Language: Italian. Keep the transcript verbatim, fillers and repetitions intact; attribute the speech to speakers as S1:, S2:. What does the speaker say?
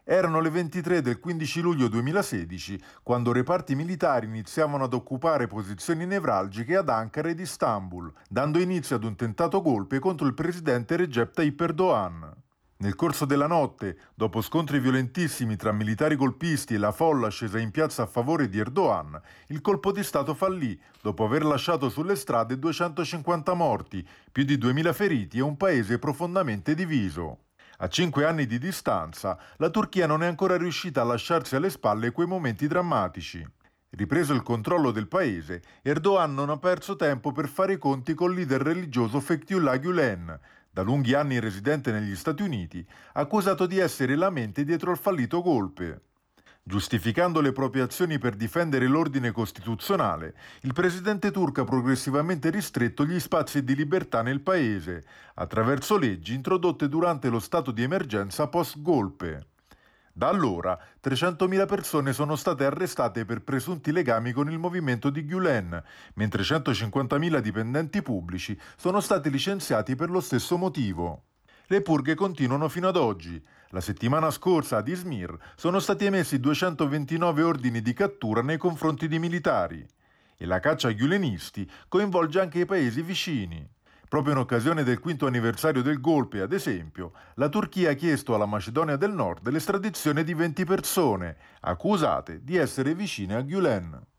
S1: Erano le ventitré del quindici luglio duemilasedici, quando reparti militari iniziavano ad occupare posizioni nevralgiche ad Ankara ed Istanbul, dando inizio ad un tentato golpe contro il presidente Recep Tayyip Erdogan. Nel corso della notte, dopo scontri violentissimi tra militari golpisti e la folla scesa in piazza a favore di Erdogan, il colpo di Stato fallì, dopo aver lasciato sulle strade duecentocinquanta morti, più di duemila feriti e un paese profondamente diviso. A cinque anni di distanza, la Turchia non è ancora riuscita a lasciarsi alle spalle quei momenti drammatici. Ripreso il controllo del paese, Erdogan non ha perso tempo per fare i conti col leader religioso Fethullah Gülen, da lunghi anni residente negli Stati Uniti, accusato di essere la mente dietro al fallito golpe. Giustificando le proprie azioni per difendere l'ordine costituzionale, il presidente turco ha progressivamente ristretto gli spazi di libertà nel paese, attraverso leggi introdotte durante lo stato di emergenza post-golpe. Da allora, trecentomila persone sono state arrestate per presunti legami con il movimento di Gülen, mentre centocinquantamila dipendenti pubblici sono stati licenziati per lo stesso motivo. Le purghe continuano fino ad oggi. La settimana scorsa ad Izmir sono stati emessi duecentoventinove ordini di cattura nei confronti di militari. E la caccia ai gülenisti coinvolge anche i paesi vicini. Proprio in occasione del quinto anniversario del golpe, ad esempio, la Turchia ha chiesto alla Macedonia del Nord l'estradizione di venti persone, accusate di essere vicine a Gülen.